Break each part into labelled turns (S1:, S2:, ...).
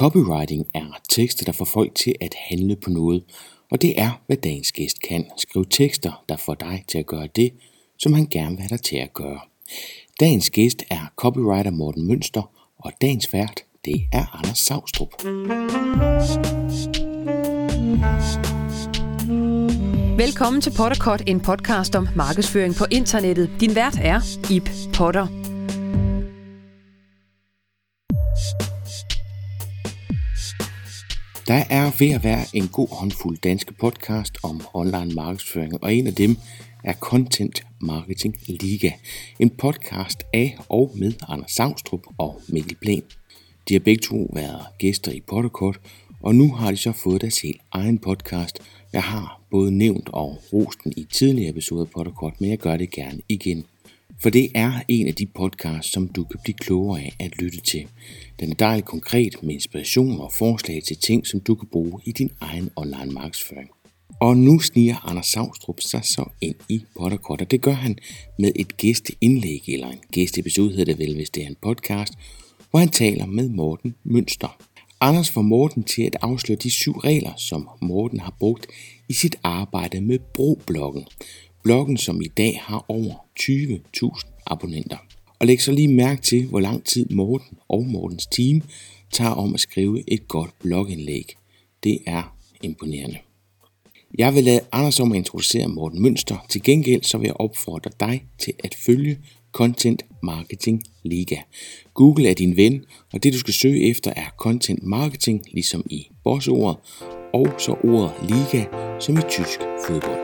S1: Copywriting er tekster, der får folk til at handle på noget, og det er, hvad dagens gæst kan. Skriv tekster, der får dig til at gøre det, som han gerne vil have dig til at gøre. Dagens gæst er copywriter Morten Mønster, og dagens vært, det er Anders Saustrup.
S2: Velkommen til Potterkort, en podcast om markedsføring på internettet. Din vært er Ib Potter.
S1: Der er ved at være en god håndfuld danske podcast om online markedsføring, og en af dem er Content Marketing Liga. En podcast af og med Anders Saustrup og Mikkel Plan. De har begge to været gæster i Potterkort, og nu har de så fået deres helt egen podcast. Jeg har både nævnt og rost den i tidligere episoder af Potterkort, men jeg gør det gerne igen. For det er en af de podcasts, som du kan blive klogere af at lytte til. Den er dejligt konkret med inspiration og forslag til ting, som du kan bruge i din egen online markedsføring. Og nu sniger Anders Saustrup sig så ind i Potterkort, og det gør han med et gæsteindlæg, eller en gæsteepisode hedder det vel, hvis det er en podcast, hvor han taler med Morten Mønster. Anders får Morten til at afsløre de 7 regler, som Morten har brugt i sit arbejde med Bro-bloggen. Bloggen, som i dag har over 20.000 abonnenter. Og læg så lige mærke til, hvor lang tid Morten og Mortens team tager om at skrive et godt blogindlæg. Det er imponerende. Jeg vil lade Anders om at introducere Morten Mønster. Til gengæld så vil jeg opfordre dig til at følge Content Marketing Liga. Google er din ven, og det du skal søge efter er Content Marketing, ligesom i bossordet, og så ordet Liga, som i tysk fodbold.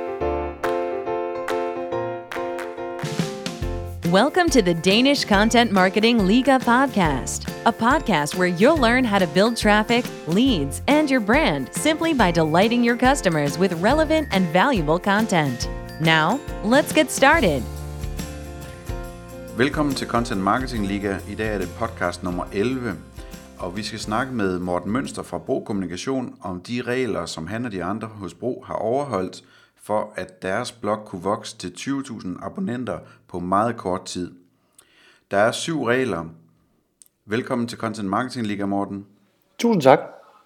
S3: Welcome to the Danish Content Marketing Liga podcast, a podcast where you'll learn how to build traffic, leads, and your brand simply by delighting your customers with relevant and valuable content. Now, let's get started.
S4: Velkommen til Content Marketing Liga. I dag er det podcast nummer 11, og vi skal snakke med Morten Mønster fra Bro Kommunikation om de regler, som han og de andre hos Bro har overholdt, for at deres blog kunne vokse til 20.000 abonnenter på meget kort tid. Der er 7 regler. Velkommen til Content Marketing Liga, Morten.
S5: Tusind tak.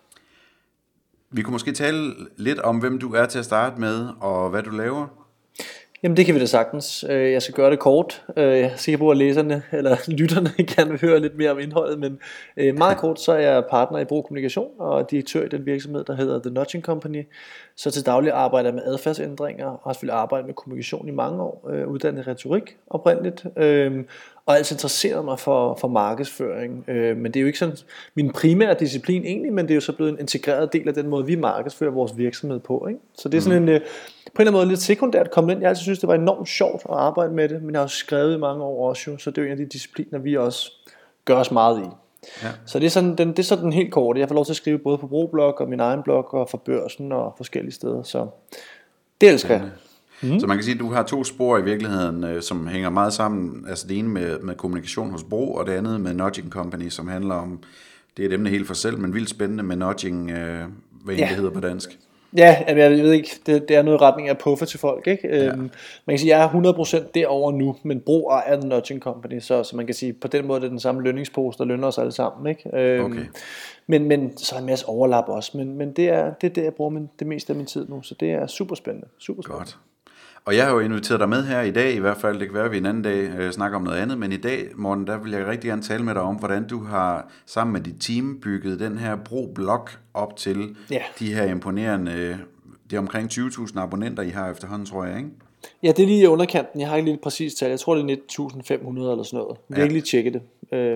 S4: Vi kunne måske tale lidt om, hvem du er til at starte med, og hvad du laver.
S5: Jamen det kan vi da sagtens. Jeg skal gøre det kort. Jeg er sikker på, at læserne eller lytterne gerne vil høre lidt mere om indholdet, men meget kort, så er jeg partner i Bro Kommunikation og direktør i den virksomhed, der hedder The Nudging Company. Så til daglig arbejder jeg med adfærdsændringer og har selvfølgelig arbejdet med kommunikation i mange år, uddannet retorik oprindeligt, og altså interesseret mig for markedsføring. Men det er jo ikke sådan min primære disciplin egentlig, men det er jo så blevet en integreret del af den måde, vi markedsfører vores virksomhed på, ikke? Så det er sådan en, på en eller anden måde lidt sekundært kommet ind. Jeg altid synes, det var enormt sjovt at arbejde med det, men jeg har jo skrevet i mange år også, så det er jo en af de discipliner, vi også gør os meget i. Ja. Så det er sådan helt kort. Jeg får lov til at skrive både på Bro-blog og min egen blog og for Børsen og forskellige steder, så det elsker jeg.
S4: Så man kan sige, at du har 2 spor i virkeligheden, som hænger meget sammen. Altså det ene med kommunikation hos Bro, og det andet med Nudging Company, som handler om, det er et emne helt for selv, men vildt spændende med nudging, hvad det hedder på dansk.
S5: Ja, jeg ved ikke, det er noget i retning af puffe til folk, ikke? Ja. Man kan sige, jeg er 100% derover nu, men Bro ejer The Nudging Company, så man kan sige, på den måde det er den samme lønningspose, der lønner os alle sammen, ikke? Okay. Men så er der en masse overlap også, men det er det, jeg bruger det meste af min tid nu, så det er super spændende.
S4: Godt. Og jeg har jo inviteret dig med her i dag, i hvert fald, det kan være, at vi en anden dag snakker om noget andet, men i dag, Morten, der vil jeg rigtig gerne tale med dig om, hvordan du har sammen med dit team bygget den her Bro-blog op til de her imponerende, det er omkring 20.000 abonnenter, I har efterhånden, tror jeg, ikke?
S5: Ja, det er lige i underkanten, jeg har ikke lige et præcist tal, jeg tror det er 19.500 eller sådan noget, vi har ikke lige tjekket det.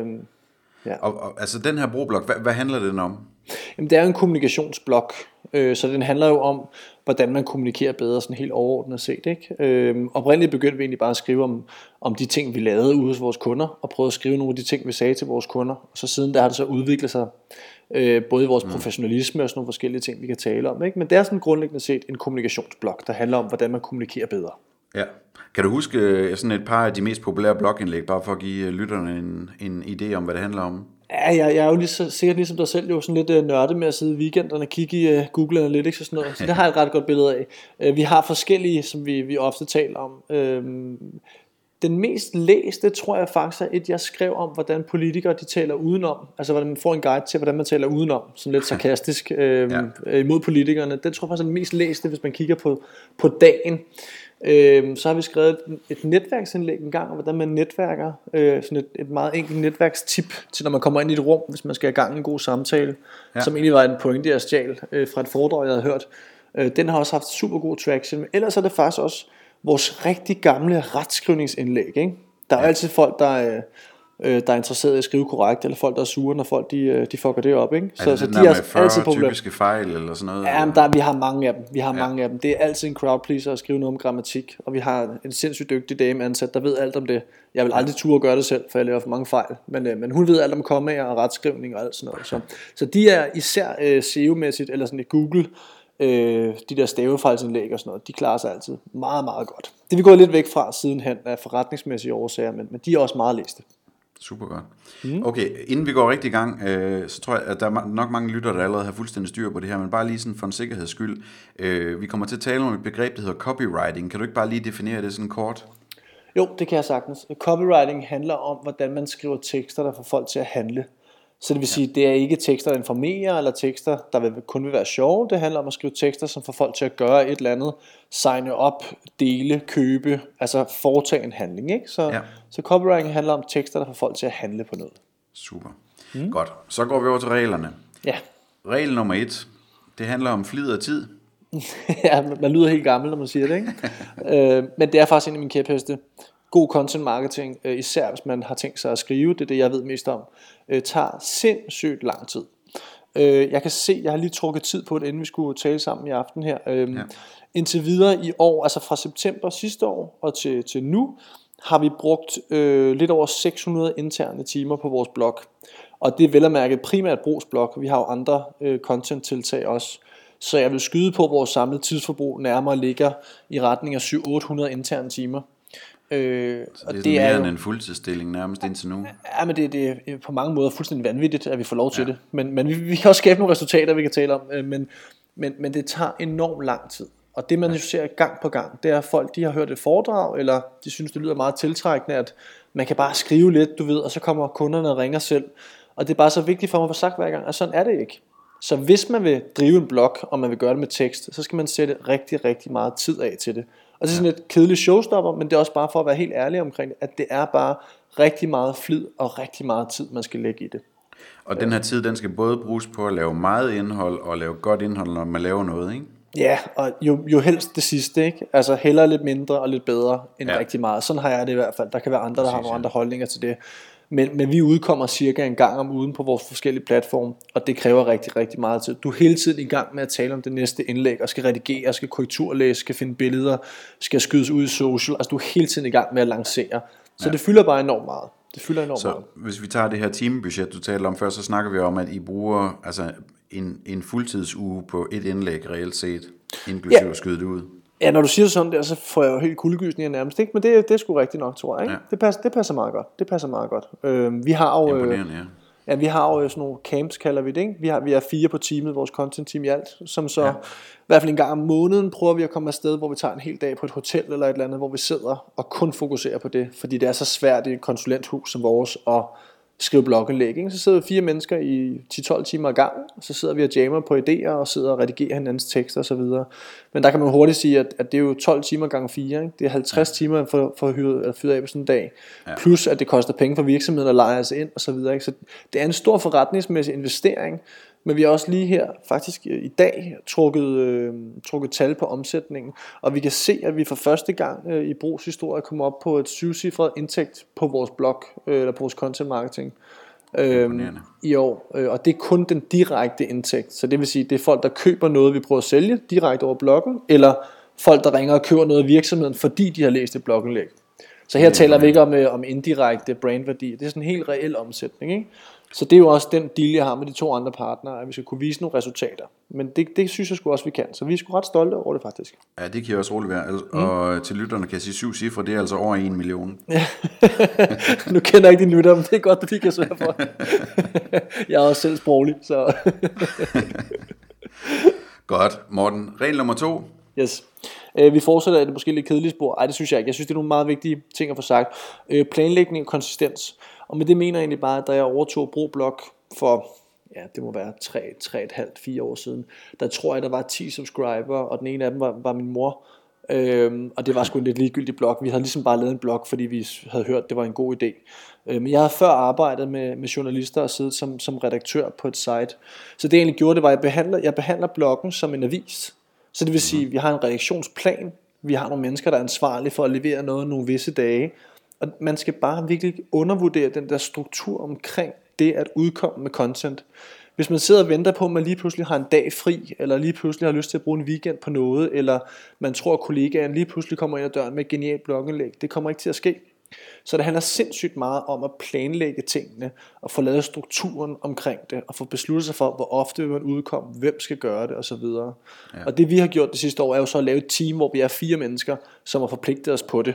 S4: Ja. Og altså den her Bro-blog, hvad handler den om?
S5: Jamen, det er jo en kommunikationsblog, så den handler jo om, hvordan man kommunikerer bedre, sådan helt overordnet set, ikke? Oprindeligt begyndte vi egentlig bare at skrive om de ting, vi lavede ude hos vores kunder, og prøvede at skrive nogle af de ting, vi sagde til vores kunder. Og så siden der har det så udviklet sig, både i vores professionalisme og sådan nogle forskellige ting, vi kan tale om, ikke? Men det er sådan grundlæggende set en kommunikationsblog, der handler om, hvordan man kommunikerer bedre.
S4: Ja. Kan du huske sådan et par af de mest populære blogindlæg, bare for at give lytterne en idé om, hvad det handler om?
S5: Ja, jeg er jo sikkert ligesom dig selv jo sådan lidt nørdet med at sidde i weekenderne og kigge i Google Analytics og sådan noget, så det har jeg et ret godt billede af. Vi har forskellige, som vi ofte taler om. Den mest læste, tror jeg faktisk, er et, jeg skrev om, hvordan politikere de taler udenom. Altså, hvordan man får en guide til, hvordan man taler udenom. Sådan lidt sarkastisk imod politikerne. Den tror jeg faktisk er den mest læste, hvis man kigger på dagen. Så har vi skrevet et netværksindlæg en gang, om hvordan man netværker. Sådan et meget enkelt netværkstip til, når man kommer ind i et rum, hvis man skal have gang i en god samtale. Som egentlig var en pointe, jeg stjal fra et foredrag, jeg havde hørt. Den har også haft super god traction. Men ellers er det faktisk også vores rigtig gamle retskrivningsindlæg, ikke? Der er altid folk, der er interesseret i at skrive korrekt, eller folk, der er sure, når folk de fucker det op, ikke?
S4: Så de har altid typiske fejl eller sådan noget?
S5: Ja, men vi har mange af dem. Det er altid en crowd pleaser at skrive noget om grammatik, og vi har en sindssygt dygtig dame ansat, der ved alt om det. Jeg vil aldrig turde gøre det selv, for jeg laver for mange fejl, men hun ved alt om kommaer og retskrivning og alt sådan noget. Så de er især SEO-mæssigt, eller sådan i Google, de der stavefejlsindlæg og sådan noget, de klarer sig altid meget, meget godt. Det er vi gået lidt væk fra sidenhen af forretningsmæssige årsager, men de er også meget læste.
S4: Super godt. Okay, inden vi går rigtig i gang, så tror jeg, at der er nok mange lyttere, der allerede har fuldstændig styr på det her, men bare lige sådan for en sikkerheds skyld. Vi kommer til at tale om et begreb, der hedder copywriting. Kan du ikke bare lige definere det sådan kort?
S5: Jo, det kan jeg sagtens. Copywriting handler om, hvordan man skriver tekster, der får folk til at handle. Så det vil sige, det er ikke tekster, der informerer, eller tekster, der kun vil være sjove. Det handler om at skrive tekster, som får folk til at gøre et eller andet, signe op, dele, købe, altså foretage en handling, ikke? Så copywriting handler om tekster, der får folk til at handle på noget.
S4: Super. Godt. Så går vi over til reglerne.
S5: Ja.
S4: Regel nummer 1, det handler om flid og tid.
S5: Ja, man lyder helt gammel, når man siger det, ikke? Men det er faktisk en af mine kæpheste. God content marketing, især hvis man har tænkt sig at skrive, det er det jeg ved mest om, tager sindssygt lang tid. Jeg kan se, jeg har lige trukket tid på det, inden vi skulle tale sammen i aften her. Indtil videre i år, altså fra september sidste år og til nu, har vi brugt lidt over 600 interne timer på vores blog. Og det er vel at mærke primært brugsblog. Vi har jo andre content-tiltag også. Så jeg vil skyde på, at vores samlede tidsforbrug nærmere ligger i retning af 700-800 interne timer.
S4: Så det er mere end en fuldtidsstilling nærmest indtil nu.
S5: Ja, men det er på mange måder fuldstændig vanvittigt, at vi får lov til det. Men vi kan også skabe nogle resultater, vi kan tale om. Men det tager enormt lang tid. Og det man jo ser gang på gang, det er, at folk de har hørt et foredrag, eller de synes det lyder meget tiltrækkende, at man kan bare skrive lidt, du ved, og så kommer kunderne og ringer selv. Og det er bare så vigtigt for mig at få sagt hver gang, at sådan er det ikke. Så hvis man vil drive en blog, og man vil gøre det med tekst, så skal man sætte rigtig, rigtig meget tid af til det. Og det er sådan et kedeligt showstopper, men det er også bare for at være helt ærlig omkring det, at det er bare rigtig meget flid og rigtig meget tid, man skal lægge i det.
S4: Og den her tid, den skal både bruges på at lave meget indhold og lave godt indhold, når man laver noget, ikke?
S5: Ja, og jo helst det sidste, ikke? Altså hellere lidt mindre og lidt bedre end rigtig meget. Sådan har jeg det i hvert fald. Der kan være andre, der har nogle andre holdninger til det. Men vi udkommer cirka en gang om ugen på vores forskellige platforme, og det kræver rigtig, rigtig meget tid. Du er hele tiden i gang med at tale om det næste indlæg, og skal redigere, skal korrekturlæse, skal finde billeder, skal skydes ud i social. Altså du er hele tiden i gang med at lancere. Så det fylder bare enormt meget. Det fylder enormt meget.
S4: Hvis vi tager det her timebudget, du talte om før, så snakker vi om, at I bruger altså en fuldtidsuge på et indlæg reelt set, inklusive at skyde det ud. Ja,
S5: når du siger sådan der, så får jeg jo helt kuldegysninger nærmest, ikke? Men det er sgu rigtigt nok, tror jeg, ikke? Ja. Det passer meget godt. Det passer meget godt. Vi har jo
S4: imponerende,
S5: ja, vi har jo sådan nogle camps, kalder vi det, ikke? Vi er 4 på teamet, vores content team i alt, som så i hvert fald en gang om måneden prøver vi at komme afsted, hvor vi tager en hel dag på et hotel eller et eller andet, hvor vi sidder og kun fokuserer på det, fordi det er så svært i et konsulenthus som vores at skrive blogindlæg, ikke? Så sidder vi 4 mennesker i 10-12 timer ad gangen, og så sidder vi og jammer på idéer og sidder og redigerer hinandens tekster og så videre. Men der kan man hurtigt sige, at det er jo 12 timer gange 4, ikke? Det er 50 timer for at fyre af på sådan en dag, plus at det koster penge for virksomheden at leje sig ind og så videre, ikke? Så det er en stor forretningsmæssig investering, men vi har også lige her faktisk i dag trukket tal på omsætningen, og vi kan se, at vi for første gang i Brugs historie kommer op på et 7-cifret indtægt på vores blog, eller på vores content marketing i år, og det er kun den direkte indtægt, så det vil sige, det er folk, der køber noget, vi prøver at sælge direkte over bloggen, eller folk, der ringer og køber noget af virksomheden, fordi de har læst et blogindlæg. Så her taler vi ikke om indirekte brandværdi, det er sådan en helt reel omsætning, ikke? Så det er jo også den deal, jeg har med de 2 andre partnere, at vi skal kunne vise nogle resultater. Men det synes jeg sgu også, vi kan. Så vi er sgu ret stolte over det, faktisk.
S4: Ja, det kan jeg også roligt være. Og til lytterne kan jeg sige 7 cifre, det er altså over 1 million.
S5: Nu kender jeg ikke dine lyttere, men det er godt, det fik jeg svært for. Jeg er også selv sproglig, så...
S4: Godt. Morten, regel nummer 2.
S5: Yes. Vi fortsætter i det måske lidt kedelige spor. Ej, det synes jeg ikke. Jeg synes, det er nogle meget vigtige ting at få sagt. Planlægning og konsistens. Og med det mener jeg egentlig bare, at da jeg overtog BroBlog for, ja, det må være 3,5-4 år siden, der tror jeg, der var 10 subscriber, og den ene af dem var min mor. Og det var sgu en lidt ligegyldig blog. Vi havde ligesom bare lavet en blog, fordi vi havde hørt, det var en god idé. Men jeg havde før arbejdet med journalister og siddet som redaktør på et site. Så det jeg egentlig gjorde, det var, at jeg behandler bloggen som en avis. Så det vil sige, at vi har en redaktionsplan. Vi har nogle mennesker, der er ansvarlige for at levere noget nogle visse dage. Og man skal bare virkelig undervurdere den der struktur omkring det at udkomme med content. Hvis man sidder og venter på, at man lige pludselig har en dag fri, eller lige pludselig har lyst til at bruge en weekend på noget, eller man tror, at kollegaen lige pludselig kommer ind ad døren med et genialt blogindlæg, det kommer ikke til at ske. Så det handler sindssygt meget om at planlægge tingene, og få lavet strukturen omkring det, og få besluttet sig for, hvor ofte vil man udkomme, hvem skal gøre det, osv. Ja. Og det vi har gjort det sidste år, er jo så at lave et team, hvor vi er 4 mennesker, som har forpligtet os på det.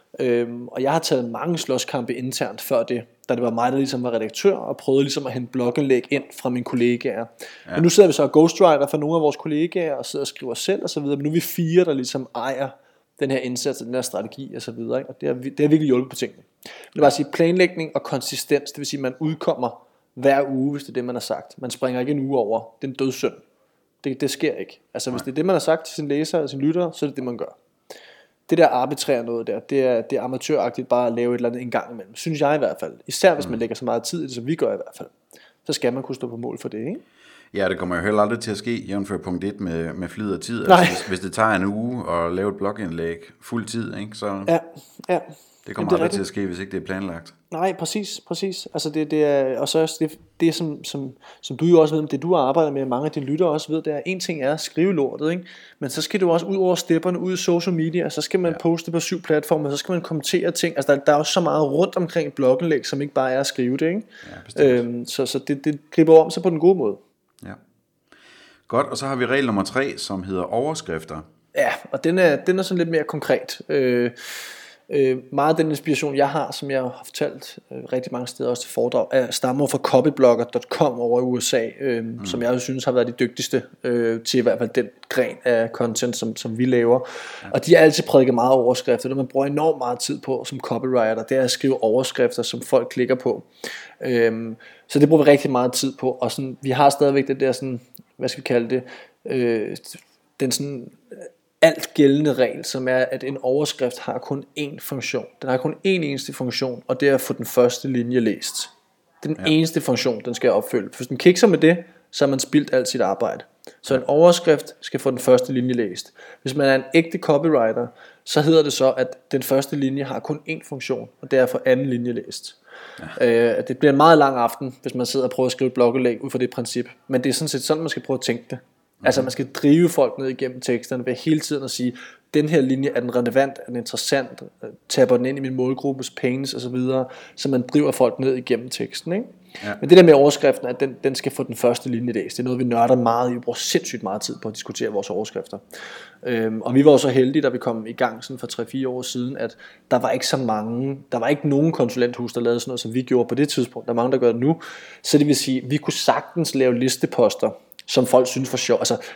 S5: Og jeg har taget mange slåskampe internt før det, da det var mig, der ligesom var redaktør, og prøvede ligesom at hente blogindlæg ind fra mine kollegaer. Ja. Men nu sidder vi så og ghostwriter for nogle af vores kollegaer, og sidder og skriver selv og så videre, men nu er vi 4, der ligesom ejer den her indsats, den her strategi og så videre, ikke? Og det har virkelig hjulpet på tingene. Det vil bare sige planlægning og konsistens, det vil sige, at man udkommer hver uge, hvis det er det, man har sagt. Man springer ikke en uge over, det er en dødssynd. Det sker ikke. Altså hvis det er det, man har sagt til sine læsere og sine lyttere, så er det det, man gør. Det der arbitrære noget der, det er amatøragtigt bare at lave et eller andet en gang imellem, synes jeg i hvert fald. Især hvis man lægger så meget tid i det, som vi gør i hvert fald. Så skal man kunne stå på mål for det, ikke?
S4: Ja, det kommer jo heller aldrig til at ske, jævnfør punkt 1 med flid og tid. Altså, hvis det tager en uge at lave et blogindlæg fuld tid, ikke, så
S5: ja.
S4: Det kommer aldrig til at ske, hvis ikke det er planlagt.
S5: Nej, præcis. Altså det er, og så det som du jo også ved, det du arbejder med, mange af dine lyttere også ved, det er, en ting er at skrive lortet, ikke? Men så skal du også ud over stepperne, ud i social media, så skal man poste på 7 platformer, så skal man kommentere ting. Altså der er jo så meget rundt omkring et blogindlæg, som ikke bare er at skrive det, ikke? Ja, så det griber om sig på den gode måde.
S4: Ja. Godt, og så har vi regel nummer 3, som hedder overskrifter.
S5: Ja, og den er sådan lidt mere konkret. Meget af den inspiration jeg har, som jeg har fortalt rigtig mange steder også til foredrag, stammer fra copyblogger.com over i USA, som jeg synes har været de dygtigste til i hvert fald den gren af content, som vi laver. Ja. Og de har altid prædiket meget overskrifter, det man bruger enormt meget tid på som copywriter, det er at skrive overskrifter, som folk klikker på. Så det bruger vi rigtig meget tid på, og sådan, vi har stadigvæk det der sådan, hvad skal vi kalde det, den sådan alt gældende regel, som er, at en overskrift har kun én funktion. Den har kun én eneste funktion, og det er at få den første linje læst. Det er den eneste funktion, den skal opfylde. Hvis den kikser med det, så har man spildt alt sit arbejde. Så en overskrift skal få den første linje læst. Hvis man er en ægte copywriter, så hedder det så, at den første linje har kun én funktion, og det er at få anden linje læst. Ja. Det bliver en meget lang aften, hvis man sidder og prøver at skrive et blogindlæg ud fra det princip. Men det er sådan set sådan, man skal prøve at tænke det. Altså man skal drive folk ned igennem teksterne ved hele tiden at sige, den her linje, er den relevant, er den interessant, tapper den ind i min målgruppes pains og så videre, så man driver folk ned igennem teksten, ikke? Ja. Men det der med overskriften, at den skal få den første linje læst, det er noget vi nørder meget i, vi bruger sindssygt meget tid på at diskutere vores overskrifter. Og vi var så heldige, da vi kom i gang sådan for 3-4 år siden, at der var ikke så mange, der var ikke nogen konsulenthus, der lavede sådan noget, som vi gjorde på det tidspunkt. Der er mange, der gør det nu. Så det vil sige, vi kunne sagtens lave listeposter, som folk synes for sjov, altså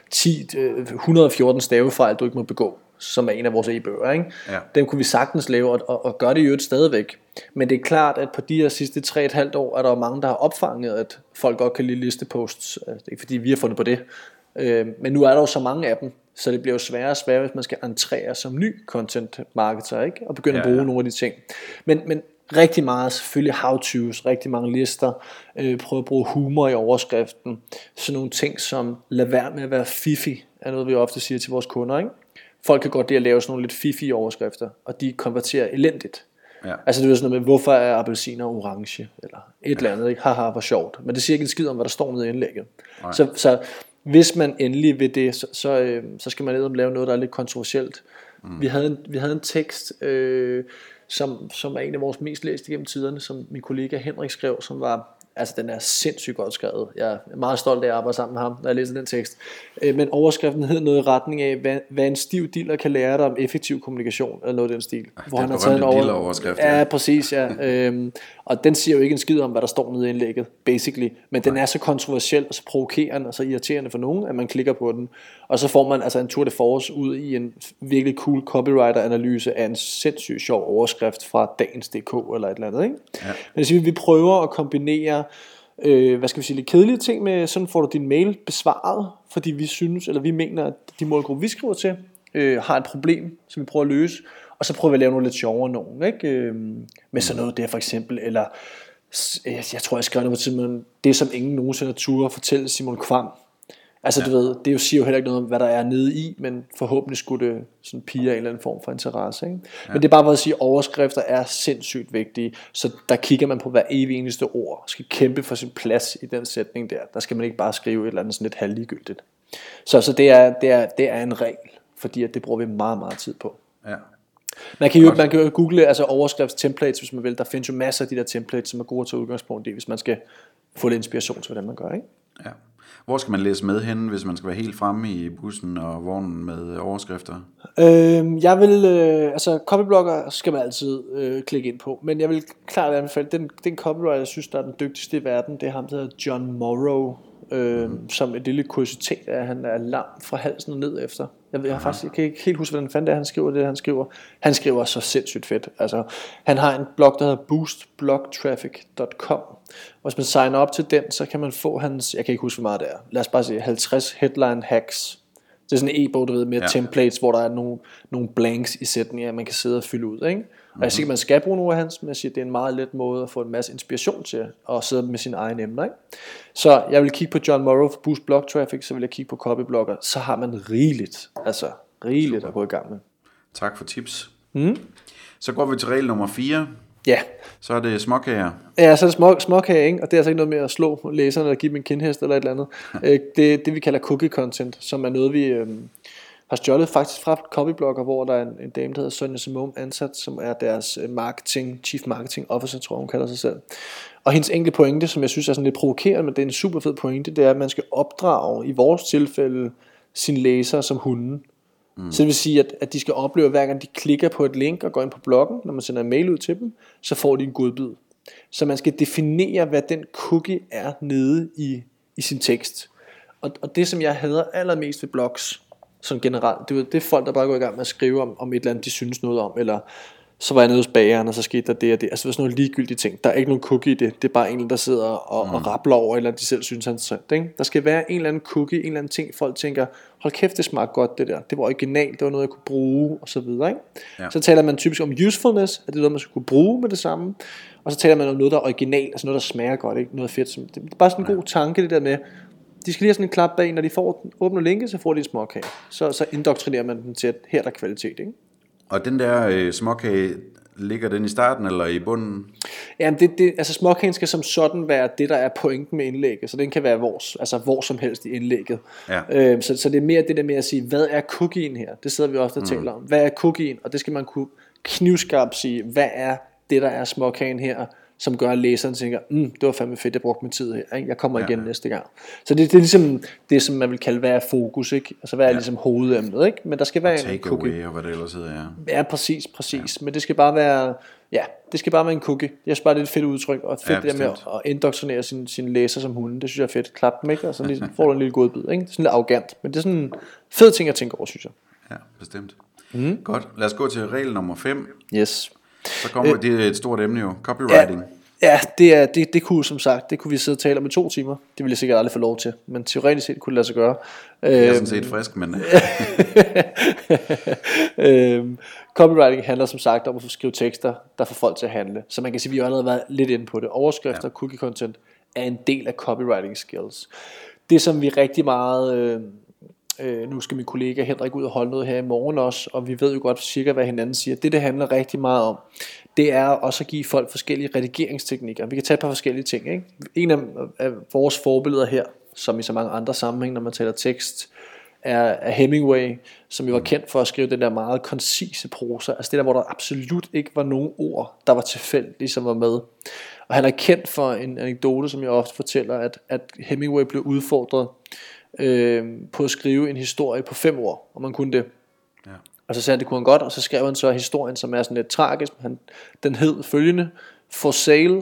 S5: 114 stavefejl, du ikke må begå, som er en af vores e-bøger, ikke? Ja. Dem kunne vi sagtens lave, og gøre det jo stadigvæk. Men det er klart, at på de her sidste 3,5 år, er der jo mange, der har opfanget, at folk godt kan lide listeposts. Det er ikke fordi, vi har fundet på det. Men nu er der jo så mange af dem, så det bliver jo sværere og sværere, hvis man skal entrere som ny content marketer, ikke? Og begynde at bruge nogle af de ting. Men rigtig meget selvfølgelig how-tos, rigtig mange lister, prøve at bruge humor i overskriften, sådan nogle ting som lad være med at være fifi, er noget vi ofte siger til vores kunder, ikke? Folk kan godt lide at lave sådan nogle lidt fifi overskrifter, og de konverterer elendigt. Ja. Altså det er sådan noget med, hvorfor er appelsiner orange, eller et eller andet, ikke? Haha, hvor sjovt. Men det siger ikke en skid om, hvad der står nede i indlægget. Så hvis man endelig vil det, så skal man lave noget, der er lidt kontroversielt. Vi havde en tekst, som er en af vores mest læste gennem tiderne, som min kollega Henrik skrev, som var, Altså den er sindssygt godt skrevet. Jeg er meget stolt af at arbejde sammen med ham, når jeg læser den tekst. Men overskriften hed noget i retning af, hvad en stiv dealer kan lære dig om effektiv kommunikation, eller noget af den stil.
S4: Hvor han har taget en overskrift.
S5: Ja, præcis, ja. Og den siger jo ikke en skid om, hvad der står nede i indlægget, basically. Men den er så kontroversiel og så provokerende og så irriterende for nogen, at man klikker på den. Og så får man altså en tour de force ud i en virkelig cool copywriter-analyse af en sindssygt sjov overskrift fra dagens.dk eller et eller andet, ikke? Ja. Men så vi prøver at kombinere lidt kedelige ting med, sådan får du din mail besvaret, fordi vi synes, eller vi mener, at de målgrupper vi skriver til, har et problem, som vi prøver at løse, og så prøver vi at lave nogle lidt sjovere nogen, ikke? Med sådan noget der for eksempel, eller jeg tror jeg skrev noget på tiden, det som ingen nogensinde turde fortælle Simon Kvam. Altså du ved, det siger jo heller ikke noget om hvad der er nede i, men forhåbentlig skulle det sådan pige en eller anden form for interesse, ikke? Ja. Men det er bare for at sige, at overskrifter er sindssygt vigtige, så der kigger man på hver evig eneste ord, skal kæmpe for sin plads i den sætning der. Der skal man ikke bare skrive et eller andet sådan lidt halvligegyldigt. Så det er en regel, fordi at det bruger vi meget, meget tid på. Ja. Man kan jo google altså overskriftstemplates, hvis man vil. Der findes jo masser af de der templates, som er gode at tage udgangspunkt i, hvis man skal få lidt inspiration til, hvordan man gør, ikke?
S4: Ja. Hvor skal man læse med henne, hvis man skal være helt fremme i bussen og vognen med overskrifter?
S5: Jeg vil, copyblogger skal man altid klikke ind på, men jeg vil klart anbefale, den copywriter, jeg synes, der er den dygtigste i verden, det er ham, der hedder John Morrow, som et lille kuriositet af, at han er lam fra halsen og ned efter. Jeg kan ikke helt huske, hvordan fanden det er, han skriver det, han skriver. Han skriver så sindssygt fedt. Altså, han har en blog, der hedder boostblogtraffic.com. Hvis man signer op til den, så kan man få hans, jeg kan ikke huske, hvor meget det er. Lad os bare sige 50 headline hacks. Det er sådan en e-bog, du ved, med templates, hvor der er nogle blanks i sætninger, man kan sidde og fylde ud, ikke? Og jeg siger, at man skal bruge nogle af hans, men jeg siger, at det er en meget let måde at få en masse inspiration til at sidde med sine egne emner, ikke? Så jeg vil kigge på John Morrow for Boost Blog Traffic, så vil jeg kigge på copyblogger, så har man rigeligt at gå i gang med.
S4: Tak for tips. Så går vi til regel nummer 4.
S5: Ja.
S4: Så er det småkager.
S5: Ja, så er det småkager, ikke? Og det er altså ikke noget med at slå læserne eller give dem en kindhest eller et eller andet. Det vi kalder cookie content, som er noget vi har stjålet faktisk fra copyblogger, hvor der er en dame, der hedder Sonja Simone ansat, som er deres chief marketing officer, tror jeg, hun kalder sig selv. Og hendes enkle pointe, som jeg synes er sådan lidt provokerende, men det er en super fed pointe, det er, at man skal opdrage, i vores tilfælde, sine læsere som hunden. Så det vil sige, at de skal opleve, at hver gang de klikker på et link og går ind på bloggen, når man sender en mail ud til dem, så får de en godbid. Så man skal definere, hvad den cookie er nede i sin tekst. Og det, som jeg hader allermest ved blogs, sådan generelt, det er folk, der bare går i gang med at skrive om et eller andet, de synes noget om, eller så var jeg nede hos bageren, og så skete der det og det. Altså det var sådan nogle ligegyldige ting. Der er ikke nogen cookie i det. Det er bare en, der sidder og rappler over, eller de selv synes er interessant, ikke? Der skal være en eller anden cookie, en eller anden ting, folk tænker, hold kæft, det smagte godt det der. Det var originalt, det var noget, jeg kunne bruge, og så videre, ikke? Ja. Så taler man typisk om usefulness, at det er noget, man skulle kunne bruge med det samme. Og så taler man om noget, der er originalt, altså noget, der smager godt, ikke? Noget fedt. Det er bare sådan en god tanke, det der med, de skal lige have sådan en klap bag, når de åbner linket, så får de en småkage. Så indoktrinerer man dem til, at her er der kvalitet, ikke?
S4: Og den der småkage, ligger den i starten eller i bunden?
S5: Jamen altså småkagen skal som sådan være det, der er pointen med indlægget, så den kan være hvor som helst i indlægget. Ja. Så det er mere det der med at sige, hvad er cookien her? Det sidder vi ofte og taler om. Hvad er cookien? Og det skal man kunne knivskarpt sige, hvad er det, der er småkagen her, som gør, at læseren tænker, det var fandme fedt, jeg brugte min tid her, ikke? Jeg kommer igen næste gang. Så det er ligesom det, som man vil kalde, hvad er fokus, ikke? Altså hvad er ligesom hovedemnet, ikke? Men der skal være en cookie.
S4: Og hvad det ellers hedder,
S5: ja, præcis. Ja. Men det skal bare være, det skal bare være en cookie. Jeg synes bare, det er et fedt udtryk, og fedt det der med at indoktrinere sin læser som hunden. Det synes jeg er fedt. Klap dem, ikke? Og så ligesom får du en lille godbid, ikke? Sådan lidt arrogant. Men det er sådan en fed ting at tænke over, synes jeg.
S4: Ja, bestemt. Godt. Lad os gå til regel nummer 5.
S5: Yes.
S4: Så kommer det er et stort emne jo, copywriting.
S5: Ja, det kunne som sagt, det kunne vi sidde og tale om i 2 timer. Det ville jeg sikkert aldrig få lov til, men teoretisk set kunne det lade sig gøre.
S4: Det er sådan set frisk, men
S5: copywriting handler som sagt om at få skrive tekster, der får folk til at handle. Så man kan sige, at vi har allerede været lidt inde på det. Overskrifter, cookie content er en del af copywriting skills. Det som vi rigtig meget nu skal min kollega Henrik ud og holde noget her i morgen også, og vi ved jo godt cirka, hvad hinanden siger. Det handler rigtig meget om, det er også at give folk forskellige redigeringsteknikker. Vi kan tage et par forskellige ting, ikke? En af vores forbilleder her, som i så mange andre sammenhæng, når man taler tekst, er Hemingway, som jo var kendt for at skrive den der meget koncise prosa, altså det der, hvor der absolut ikke var nogen ord, der var tilfældige, som var med. Og han er kendt for en anekdote, som jeg ofte fortæller, at Hemingway blev udfordret på at skrive en historie på 5 år, og man kunne det.
S4: Ja.
S5: Og så sagde han, det kunne han godt, og så skrev han så historien, som er sådan lidt tragisk. Den hed følgende: For sale,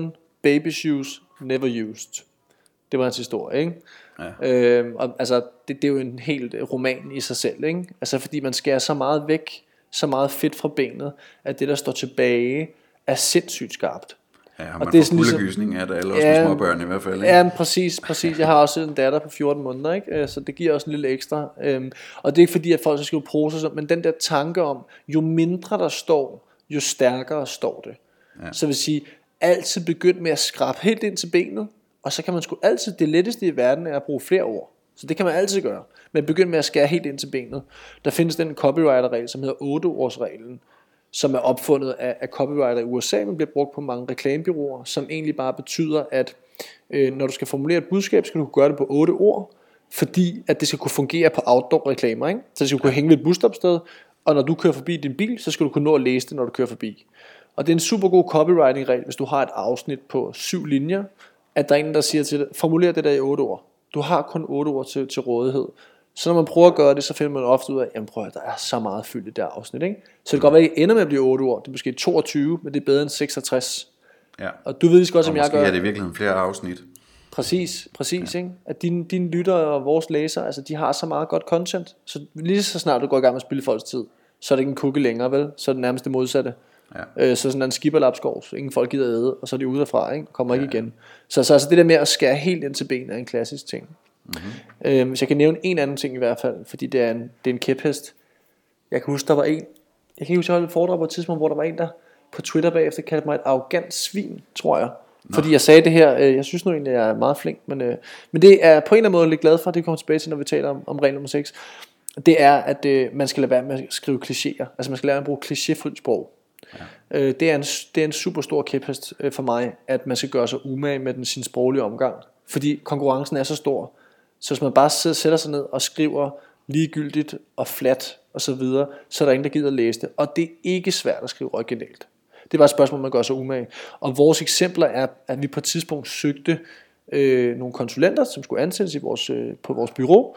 S5: baby shoes, never used. Det var hans historie, ikke? Ja. Og altså, det er jo en helt roman i sig selv, ikke? Altså, fordi man skærer så meget væk, så meget fedt fra benet, at det, der står tilbage, er sindssygt skarpt.
S4: Ja, og
S5: og
S4: man
S5: det er
S4: får kuldegysning af det, eller også med småbørn i hvert fald, ikke?
S5: Ja, præcis. Jeg har også en datter på 14 måneder, ikke? Så det giver også en lille ekstra. Og det er ikke fordi, at folk skal skrive prosa, men den der tanke om, jo mindre der står, jo stærkere står det. Ja. Så vil sige, altid begynd med at skrabe helt ind til benet, og så kan man sgu altid, det letteste i verden er at bruge flere ord. Så det kan man altid gøre. Men begynd med at skære helt ind til benet. Der findes den copywriter-regel, som hedder 8-årsreglen, som er opfundet af copywriter i USA, men bliver brugt på mange reklamebureauer, som egentlig bare betyder, at når du skal formulere et budskab, skal du kunne gøre det på 8 ord, fordi at det skal kunne fungere på outdoor-reklamer, ikke? Så det skal kunne hænge ved et busstopsted, og når du kører forbi din bil, så skal du kunne nå at læse det, når du kører forbi. Og det er en super god copywriting-regel, hvis du har et afsnit på 7 linjer, at der er en, der siger til dig, formuler det der i 8 ord. Du har kun 8 ord til rådighed. Så når man prøver at gøre det, så finder man ofte ud af, jamen prøv at der er så meget fyldt i det afsnit, ikke? Så det kan godt være, at det ender med at blive 8 ord. Det er måske 22, men det er bedre end 66.
S4: Ja.
S5: Og du ved lige så godt, som jeg gør.
S4: Måske er det virkelig flere afsnit.
S5: Præcis, ja. Ikke? At dine lyttere og vores læsere, altså de har så meget godt content. Så lige så snart du går i gang med at spille folks tid, så er det ikke en cookie længere, vel? Så er det nærmest det modsatte. Ja. Så sådan en skipperlapskov, så ingen folk gider æde, og så er de ude derfra, ikke? Kommer ikke igen. Så altså det der med at skære helt ind til benet er en klassisk ting. Mm-hmm. Hvis jeg kan nævne en anden ting i hvert fald, fordi det er en kæphest. Jeg kan huske, der var en, jeg kan huske, jeg holdt et foredrag på et tidspunkt, hvor der var en, der på Twitter bagefter kaldte mig et arrogant svin, tror jeg. Fordi jeg sagde det her, jeg synes nu egentlig, jeg er meget flink, men det er på en eller anden måde lidt glad for, det kommer tilbage til, når vi taler om regel nummer 6. Det er, at man skal lade være med at skrive klichéer. Altså man skal lade være med at bruge klichéfyldt sprog. Ja. Det er en super stor kæphest for mig, at man skal gøre sig umage med sin sproglige omgang. Fordi konkurrencen er så stor. Så hvis man bare sætter sig ned og skriver ligegyldigt og flat og så videre, så er der ingen, der gider at læse det. Og det er ikke svært at skrive originalt. Det er bare et spørgsmål, man gør sig umage. Og vores eksempler er, at vi på et tidspunkt søgte nogle konsulenter, som skulle ansættes på vores bureau.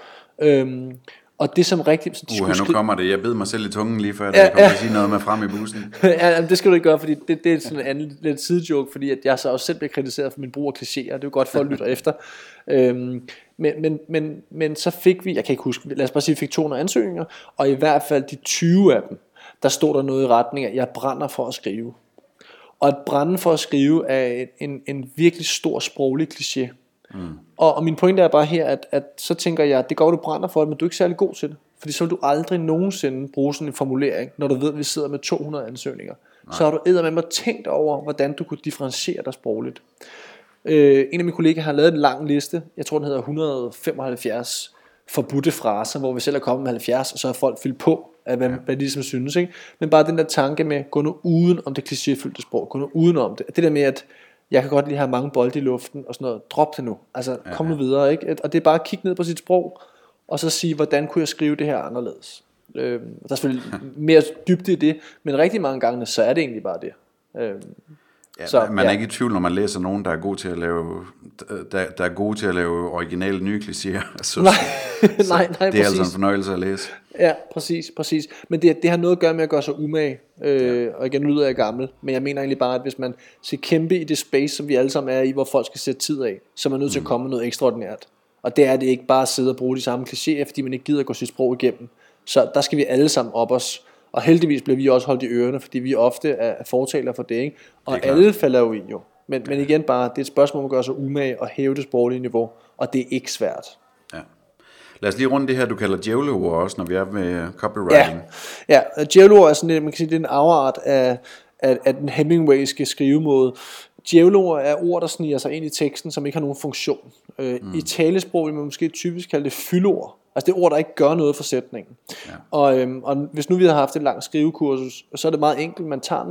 S5: Og det som rigtigt...
S4: Nu kommer det. Jeg bed mig selv i tungen lige før, at jeg kom til at sige noget med frem i bussen.
S5: Ja, det skal du ikke gøre, fordi det er sådan en anden lidt sidejoke, fordi at jeg så også selv bliver kritiseret for min brug af klichéer. Det er jo godt, folk lytter efter. Men så fik vi, jeg kan ikke huske, lad os bare sige, vi fik 200 ansøgninger, og i hvert fald de 20 af dem, der stod der noget i retning af, jeg brænder for at skrive. Og at brænde for at skrive er en virkelig stor sproglig kliché. Og min pointe er bare her, at så tænker jeg, det går du brænder for det, men du er ikke særlig god til det. Fordi så vil du aldrig nogensinde bruge sådan en formulering, når du ved, at vi sidder med 200 ansøgninger. Nej. Så har du eddermame tænkt over, hvordan du kunne differentiere dig sprogligt. En af mine kollegaer har lavet en lang liste, jeg tror den hedder 175 forbudte fraser, hvor vi selv er kommet med 70, og så har folk fyldt på af hvad de ligesom synes, ikke? Men bare den der tanke med, gå nu uden om det klichéfyldte sprog, gå nu uden om det. Det der med, at jeg kan godt lige have mange bolde i luften og sådan noget, drop det nu, altså kom nu videre, ikke? Og det er bare at kigge ned på sit sprog, og så sige, hvordan kunne jeg skrive det her anderledes. Der er selvfølgelig mere dybde i det, men rigtig mange gange, så er det egentlig bare det.
S4: Så, man er ikke i tvivl, når man læser nogen, der er gode til at lave, der er gode til at lave originale nye klichéer. Altså,
S5: nej,
S4: det er altså en fornøjelse at læse.
S5: Ja, præcis. Men det har noget at gøre med at gøre sig umage. Og igen, nu lyder jeg gammel, men jeg mener egentlig bare, at hvis man skal kæmpe i det space, som vi alle sammen er i, hvor folk skal sætte tid af, så er man nødt til at komme med noget ekstraordinært. Og det er det ikke bare at sidde og bruge de samme klichéer, fordi man ikke gider at gå sit sprog igennem. Så der skal vi alle sammen op os. Og heldigvis bliver vi også holdt i ørerne, fordi vi ofte er fortalere for det, ikke? Og alle falder jo i jo. Men igen bare, det er et spørgsmål om at gøre sig umage og hæve det sproglige niveau, og det er ikke svært.
S4: Ja. Lad os lige runde det her, du kalder djævleord også, når vi er med copywriting.
S5: Ja, djævleord er sådan, man kan sige, det er en afart af den Hemingwayske skrivemåde. Djævleord er ord, der sniger sig ind i teksten, som ikke har nogen funktion. I talesprog vil man måske typisk kalde det fyldord. Altså det er ord, der ikke gør noget for sætningen. Ja. Og hvis nu vi havde haft et langt skrivekursus, så er det meget enkelt. Man tager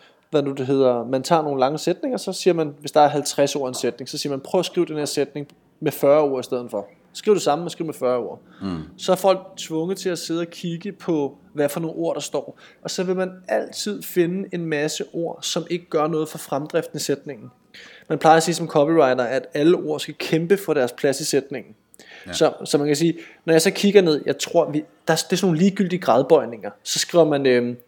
S5: nogle lange sætninger, så siger man, hvis der er 50 ord en sætning, så siger man, prøv at skrive den her sætning med 40 ord i stedet for. Skriv det samme, men skriv med 40 ord. Så er folk tvunget til at sidde og kigge på, hvad for nogle ord der står. Og så vil man altid finde en masse ord, som ikke gør noget for fremdriften i sætningen. man plejer at sige som copywriter, at alle ord skal kæmpe for deres plads i sætningen. Ja. Så man kan sige, når jeg så kigger ned, jeg tror, det er sådan nogle ligegyldige gradbøjninger. Så skriver man,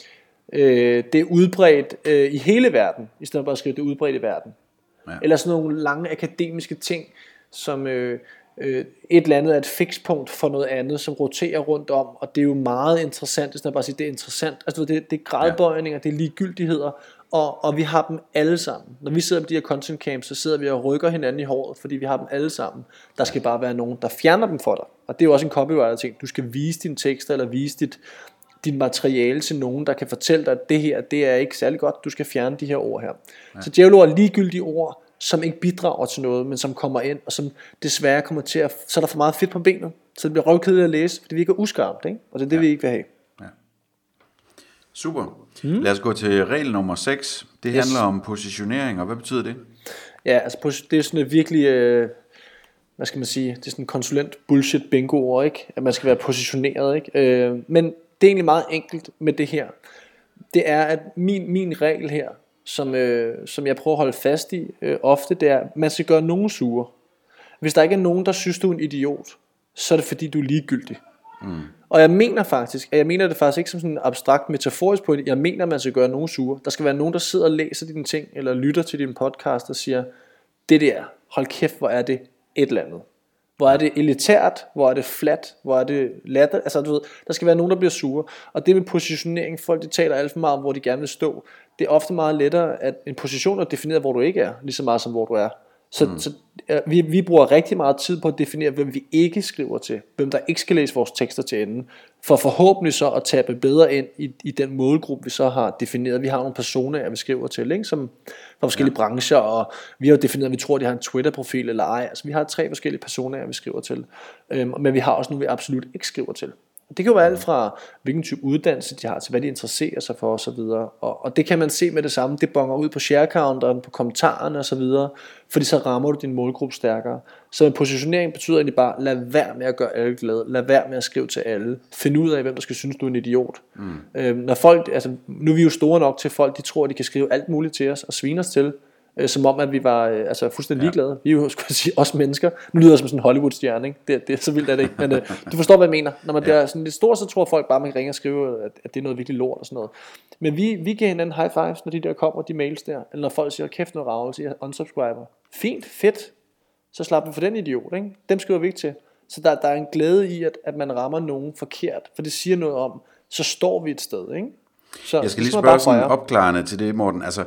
S5: det er udbredt i hele verden, i stedet for at skrive, det er udbredt i verden. Ja. Eller sådan nogle lange akademiske ting, som et eller andet er et fikspunkt for noget andet, som roterer rundt om, og det er jo meget interessant, hvis man bare siger, det er interessant. Altså det er gradbøjninger, det er ligegyldigheder, og vi har dem alle sammen. Når vi sidder på de her content camps, så sidder vi og rykker hinanden i håret, fordi vi har dem alle sammen. Der skal bare være nogen, der fjerner dem for dig. Og det er jo også en copywriter ting. Du skal vise dine tekster, eller vise dit materiale til nogen, der kan fortælle dig, at det her, det er ikke særlig godt. Du skal fjerne de her ord her. Ja. Så djævleord er ligegyldige ord, som ikke bidrager til noget, men som kommer ind, og som desværre kommer til at, så er der for meget fedt på benet, så det bliver røvkedeligt at læse, for det virker uskarpt, ikke? Og det er det, vi ikke vil have.
S4: Ja. Super. Lad os gå til regel nummer 6. Det handler om positionering, og hvad betyder det?
S5: Ja, altså det er sådan et virkelig, hvad skal man sige, det er sådan en konsulent bullshit bingo ord, ikke? At man skal være positioneret, ikke? Men det er egentlig meget enkelt med det her. Det er, at min regel her, som jeg prøver at holde fast i ofte, det er, at man skal gøre nogen sure. Hvis der ikke er nogen, der synes, du er en idiot, så er det fordi, du er ligegyldig. Og jeg mener det faktisk ikke som sådan en abstrakt metaforisk point. Jeg mener, at man skal gøre nogen sure. Der skal være nogen, der sidder og læser dine ting, eller lytter til din podcast og siger, det der, hold kæft, hvor er det et eller andet. Hvor er det elitært, hvor er det flat, hvor er det latter. Altså du ved, der skal være nogen, der bliver sure. Og det med positionering, folk de taler alt for meget om, hvor de gerne vil stå. Det er ofte meget lettere, at en position er defineret, hvor du ikke er, lige så meget som hvor du er. Så vi bruger rigtig meget tid på at definere, hvem vi ikke skriver til, hvem der ikke skal læse vores tekster til enden, for forhåbentlig så at tabe bedre ind i den målgruppe, vi så har defineret. Vi har nogle personer, vi skriver til, ikke? Som fra forskellige brancher, og vi har jo defineret, at vi tror, at de har en Twitter-profil eller ej. Altså vi har 3 forskellige personer, vi skriver til, men vi har også nogle, vi absolut ikke skriver til. Det kan jo være alt fra hvilken type uddannelse de har til hvad de interesserer sig for osv. Og det kan man se med det samme. Det bonger ud på share-counteren, på kommentarerne osv. Fordi så rammer du din målgruppe stærkere. Så en positionering betyder egentlig bare, lad være med at gøre alle glade. Lad være med at skrive til alle. Find ud af hvem der skal synes du er en idiot. Når folk, altså nu er vi jo store nok til folk, de tror at de kan skrive alt muligt til os og svine os til. Som om at vi var fuldstændig ligeglade. Vi er jo, skulle jeg sige, også mennesker. Nu lyder det som sådan en Hollywood-stjerne, ikke? Det er så vildt, er det ikke? Men du forstår, hvad jeg mener. Når man bliver sådan lidt stor, så tror folk bare, man kan ringe og skrive, at det er noget virkelig lort og sådan noget. Men vi giver hinanden high fives, når de der kommer, de mails der. Eller når folk siger, kæft noget ravelse, jeg unsubscriber. Fint, fedt. Så slap vi for den idiot, ikke? Dem skriver vi ikke til. Så der er en glæde i, at man rammer nogen forkert. For det siger noget om, så står vi et sted, ikke? Så,
S4: jeg skal lige spørge sådan opklarende til det, Morten. Altså,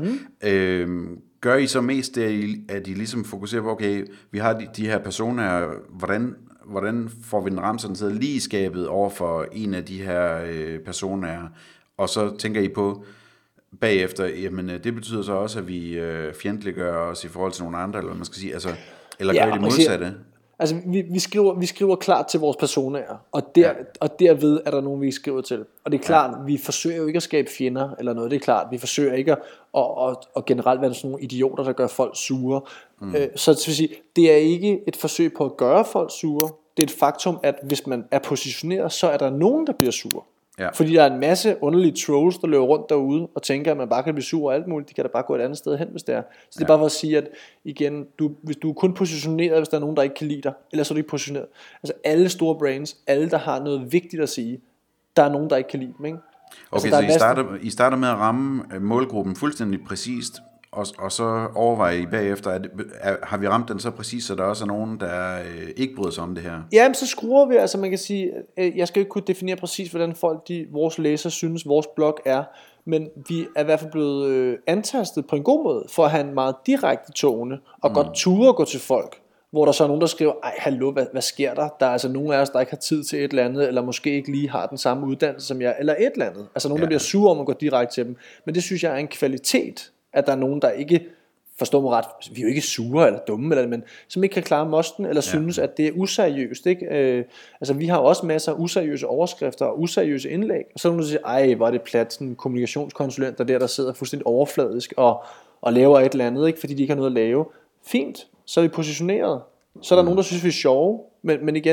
S4: gør I så mest det, at I ligesom fokuserer på, okay, vi har de her personer, hvordan får vi den ramt, så den sidder lige i skabet over for en af de her personer, og så tænker I på bagefter, jamen det betyder så også, at vi fjendtliggør os i forhold til nogle andre, eller hvad man skal sige, altså, eller gør I det modsatte?
S5: Altså vi skriver klart til vores personer, og derved er der nogen vi skriver til. Og det er klart, vi forsøger jo ikke at skabe fjender eller noget. Det er klart, vi forsøger ikke at generelt være sådan nogle idioter, der gør folk sure. Så det vil sige, det er ikke et forsøg på at gøre folk sure. Det er et faktum, at hvis man er positioneret, så er der nogen, der bliver sure. Ja. Fordi der er en masse underlige trolls, der løber rundt derude og tænker, at man bare kan blive sur og alt muligt. De kan da bare gå et andet sted hen, hvis det er. Så det er bare for at sige, at igen, hvis du er kun positioneret, hvis der er nogen, der ikke kan lide dig, ellers er du ikke positioneret. Altså alle store brands, alle der har noget vigtigt at sige, der er nogen, der ikke kan lide dem, ikke?
S4: Okay, altså, så I starter med at ramme målgruppen fuldstændig præcist, og så overvejer I bagefter, har vi ramt den så præcis, så der også er nogen, der ikke bryder sig om det her?
S5: Jamen, så skruer vi, altså man kan sige, jeg skal ikke kunne definere præcis, hvordan folk, vores læsere synes, vores blog er, men vi er i hvert fald blevet antastet på en god måde, for at have en meget direkte tone, og godt ture at gå til folk, hvor der så er nogen, der skriver, ej, hallo, hvad sker der? Der er altså nogen af os, der ikke har tid til et eller andet, eller måske ikke lige har den samme uddannelse som jeg, eller et eller andet. Altså nogen, der bliver sure om at gå direkte til dem. Men det synes jeg er en kvalitet, at der er nogen, der ikke forstår mig ret, vi er jo ikke sure eller dumme, men som ikke kan klare mosten, eller synes, at det er useriøst, ikke? Altså vi har også masser af useriøse overskrifter og useriøse indlæg, og så er nogen, der siger, ej, hvor er det plat, sådan en kommunikationskonsulent, der sidder fuldstændig overfladisk og laver et eller andet, ikke? Fordi de ikke har noget at lave. Fint, så er vi positioneret. Så er der nogen, der synes, vi er sjove, men igen,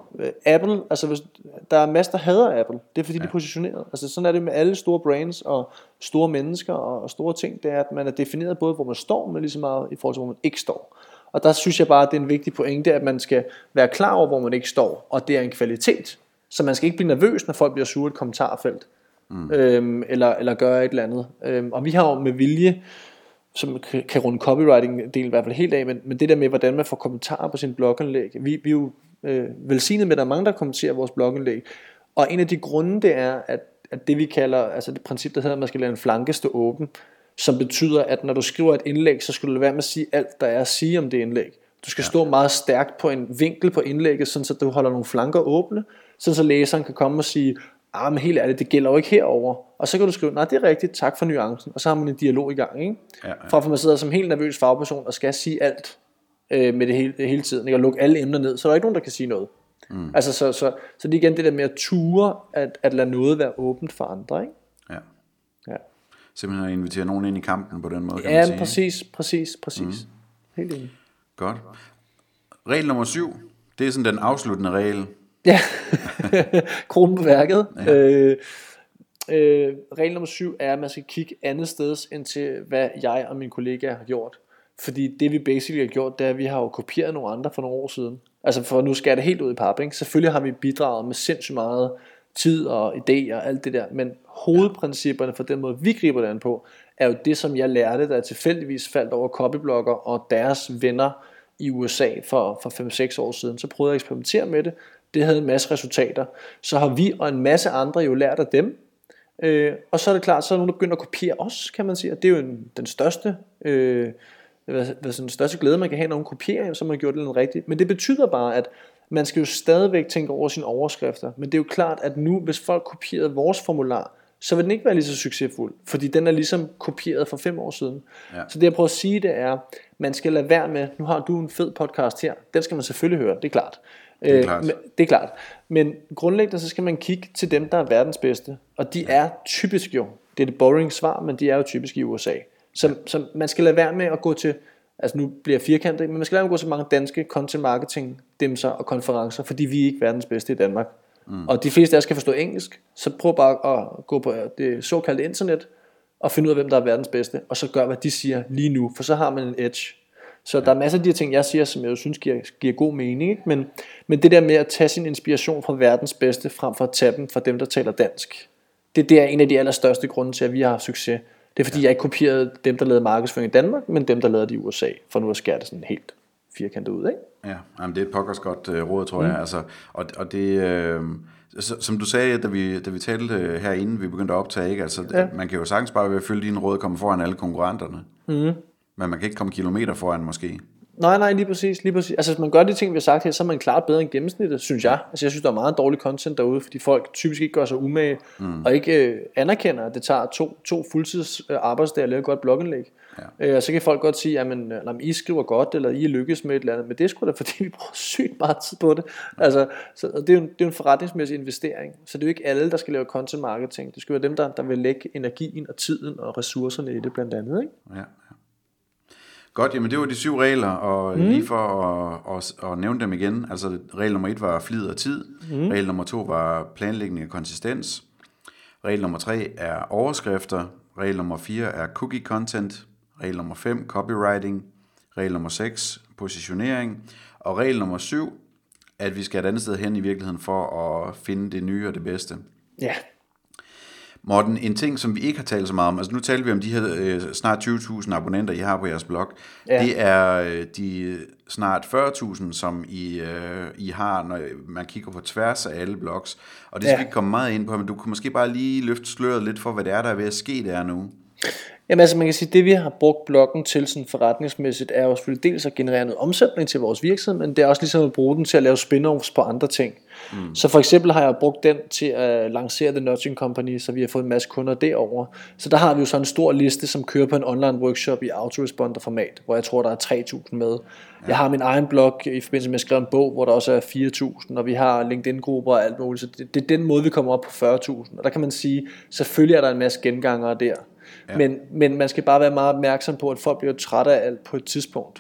S5: Apple, altså der er masser, der hader Apple. Det er fordi, de er positioneret. Altså sådan er det med alle store brands og store mennesker og store ting. Det er, at man er defineret både, hvor man står, men lige så meget i forhold til, hvor man ikke står. Og der synes jeg bare, at det er en vigtig pointe, at man skal være klar over, hvor man ikke står. Og det er en kvalitet. Så man skal ikke blive nervøs, når folk bliver sure i et kommentarfelt. Eller gøre et eller andet. Og vi har jo med vilje, som kan runde copywriting-delen i hvert fald helt af, men det der med, hvordan man får kommentarer på sin blogindlæg. Vi er jo velsignet med, at der er mange, der kommenterer vores blogindlæg. Og en af de grunde, det er, at det vi kalder, altså det princip, der hedder, at man skal lade en flanke stå åben, som betyder, at når du skriver et indlæg, så skal du lade være med at sige alt, der er at sige om det indlæg. Du skal stå meget stærkt på en vinkel på indlægget, sådan så du holder nogle flanker åbne, sådan så læseren kan komme og sige, men helt ærligt, det gælder jo ikke herover. Og så kan du skrive, nej, det er rigtigt, tak for nuancen. Og så har man en dialog i gang, ikke? Fra at man sidder som helt nervøs fagperson og skal sige alt med det hele tiden, ikke? Og lukke alle emner ned, så er der ikke nogen, der kan sige noget. Altså, så det er igen det der med at ture, at lade noget være åbent for andre, ikke? Ja.
S4: Simpelthen at invitere nogen ind i kampen på den måde, kan man sige.
S5: Præcis. Helt enig.
S4: Godt. Regel nummer 7, det er sådan den afsluttende regel.
S5: Ja, kronen på værket. Regel nummer 7 er, at man skal kigge andet sted end til, hvad jeg og mine kollegaer har gjort. Fordi det vi basically har gjort, det er, at vi har jo kopieret nogle andre for nogle år siden. Altså for nu skal det helt ud i pap, ikke? Selvfølgelig har vi bidraget med sindssygt meget tid og idéer og alt det der, men hovedprincipperne for den måde vi griber det an på, er jo det som jeg lærte, da jeg tilfældigvis faldt over copyblogger og deres venner i USA for 5-6 år siden. Så prøvede jeg at eksperimentere med det. Det havde en masse resultater. Så har vi og en masse andre jo lært af dem. Og så er det klart, så er der nogen, der begynder at kopiere os, kan man sige. Og det er jo den største, den største glæde, man kan have, når man kopierer, så man har gjort det noget rigtigt. Men det betyder bare, at man skal jo stadigvæk tænke over sine overskrifter. Men det er jo klart, at nu, hvis folk kopierede vores formular, så vil den ikke være lige så succesfuld. Fordi den er ligesom kopieret for 5 år siden. Ja. Så det jeg prøver at sige, det er, man skal lade være med, nu har du en fed podcast her, den skal man selvfølgelig høre, det er klart. Det er klart. Men grundlæggende så skal man kigge til dem, der er verdens bedste. Og de er typisk jo, det er det boring svar, men de er jo typisk i USA. Så man skal lade være med at gå til, altså nu bliver jeg firkantet, men man skal lade være med at gå til mange danske content marketing dimser og konferencer, fordi vi er ikke verdens bedste i Danmark. Og de fleste af jer kan forstå engelsk, så prøv bare at gå på det såkaldte internet og finde ud af, hvem der er verdens bedste, og så gør, hvad de siger lige nu, for så har man en edge. Så der er masser af de her ting, jeg siger, som jeg synes giver god mening, ikke? Men det der med at tage sin inspiration fra verdens bedste, frem for at tage dem fra dem, der taler dansk, det er en af de allerstørste grunde til, at vi har haft succes. Det er fordi, jeg ikke kopierede dem, der lavede markedsføring i Danmark, men dem, der lavede det i USA, for nu at skære det sådan helt firkantet ud, ikke?
S4: Ja, jamen det er et pokkers godt råd, tror jeg. Altså, og det, som du sagde, da vi talte herinde, vi begyndte at optage, ikke? Altså, man kan jo sagtens bare ved at følge dine råd komme foran alle konkurrenterne. Men man kan ikke komme kilometer foran måske. Nej, lige præcis. Altså hvis man gør de ting, vi har sagt her, så er man klart bedre end gennemsnittet, synes jeg. Altså jeg synes, der er meget dårlig content derude, fordi folk typisk ikke gør sig umage, og ikke anerkender, at det tager to fuldtids arbejdsdage at lave et godt blogindlæg. Og så kan folk godt sige, jamen I skriver godt, eller I er lykkes med et eller andet, men det er sgu da, fordi vi bruger sygt meget tid på det. Altså, så det er jo en forretningsmæssig investering, så det er jo ikke alle, der skal lave content marketing. Det skal være dem, der vil lægge energien og tiden og ressourcerne i det blandt andet, ikke? Ja. Godt, jamen det var de 7 regler, og lige for at nævne dem igen, altså regel nummer 1 var flid og tid, regel nummer 2 var planlægning og konsistens, regel nummer 3 er overskrifter, regel nummer 4 er cookie content, regel nummer 5 copywriting, regel nummer 6 positionering, og regel nummer 7, at vi skal et andet sted hen i virkeligheden for at finde det nye og det bedste.
S5: Ja.
S4: Morten, en ting, som vi ikke har talt så meget om, altså nu taler vi om de her snart 20.000 abonnenter, I har på jeres blog. Ja. Det er de snart 40.000, som I har, når man kigger på tværs af alle blogs. Og det skal vi ikke komme meget ind på, men du kunne måske bare lige løfte sløret lidt for, hvad det er, der er ved at ske der nu.
S5: Jamen altså man kan sige, det vi har brugt bloggen til sådan forretningsmæssigt, er jo selvfølgelig dels at generere noget omsætning til vores virksomhed, men det er også ligesom at bruge den til at lave spin-offs på andre ting. Så for eksempel har jeg brugt den til at lancere The Nudging Company, så vi har fået en masse kunder derovre. Så der har vi jo sådan en stor liste, som kører på en online workshop i autoresponder format, hvor jeg tror der er 3.000 med. Ja. Jeg har min egen blog i forbindelse med at skrive en bog, hvor der også er 4.000, og vi har LinkedIn-grupper og alt muligt. Så det er den måde vi kommer op på 40.000. Og der kan man sige, selvfølgelig er der en masse gengangere der. Ja. Men man skal bare være meget opmærksom på, at folk bliver trætte af alt på et tidspunkt.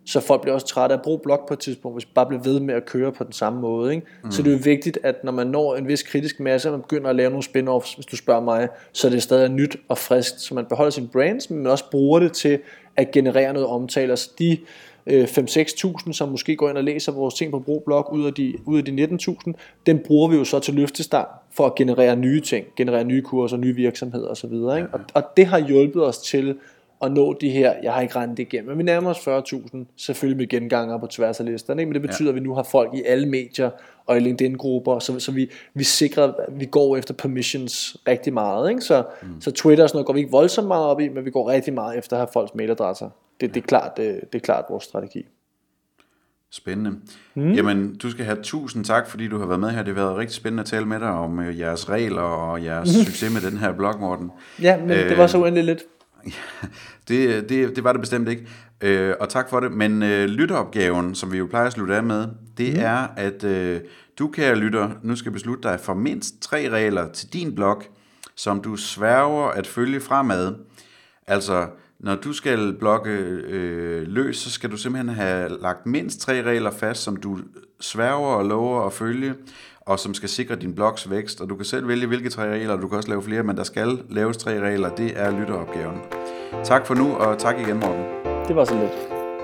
S5: så folk bliver også trætte af at bruge blog på et tidspunkt, hvis vi bare bliver ved med at køre på den samme måde, ikke? Så det er jo vigtigt, at når man når en vis kritisk masse, og man begynder at lave nogle spin-offs, hvis du spørger mig, så er det stadig nyt og friskt, så man beholder sine brands, men man også bruger det til at generere noget omtale. Altså de 5-6.000, som måske går ind og læser vores ting på BroBlog ud af de 19.000, dem bruger vi jo så til løftestang for at generere nye ting, generere nye kurser, nye virksomheder osv. Ikke? Og det har hjulpet os til at nå de her, jeg har ikke regnet det igennem, men vi nærmer os 40.000, selvfølgelig med genganger på tværs af listerne, ikke? Men det betyder, at vi nu har folk i alle medier og i LinkedIn-grupper, så vi sikrer, at vi går efter permissions rigtig meget, ikke? Så Twitter og sådan noget går vi ikke voldsomt meget op i, men vi går rigtig meget efter at have folks mailadresser. Det er klart vores strategi.
S4: Spændende. Jamen, du skal have 1000 tak, fordi du har været med her. Det har været rigtig spændende at tale med dig om jeres regler og jeres succes med den her blog, Morten.
S5: Ja, men det var så uendelig lidt.
S4: Det var det bestemt ikke. Og tak for det. Men lytteopgaven, som vi jo plejer at slutte af med, det er, at du, kære lytter, nu skal beslutte dig for mindst 3 regler til din blog, som du sværger at følge fremad. Altså, når du skal blogge løs, så skal du simpelthen have lagt mindst 3 regler fast, som du sværger og lover at følge, og som skal sikre din blogs vækst. Og du kan selv vælge, hvilke 3 regler, du kan også lave flere, men der skal laves 3 regler. Det er lytteropgaven. Tak for nu, og tak igen, Morten.
S5: Det var så lidt.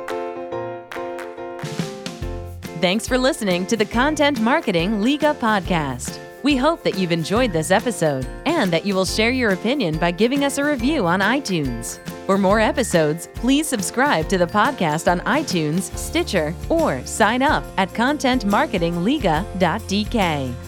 S3: Thanks for listening to the Content Marketing Liga podcast. We hope that you've enjoyed this episode and that you will share your opinion by giving us a review on iTunes. For more episodes, please subscribe to the podcast on iTunes, Stitcher, or sign up at contentmarketingliga.dk.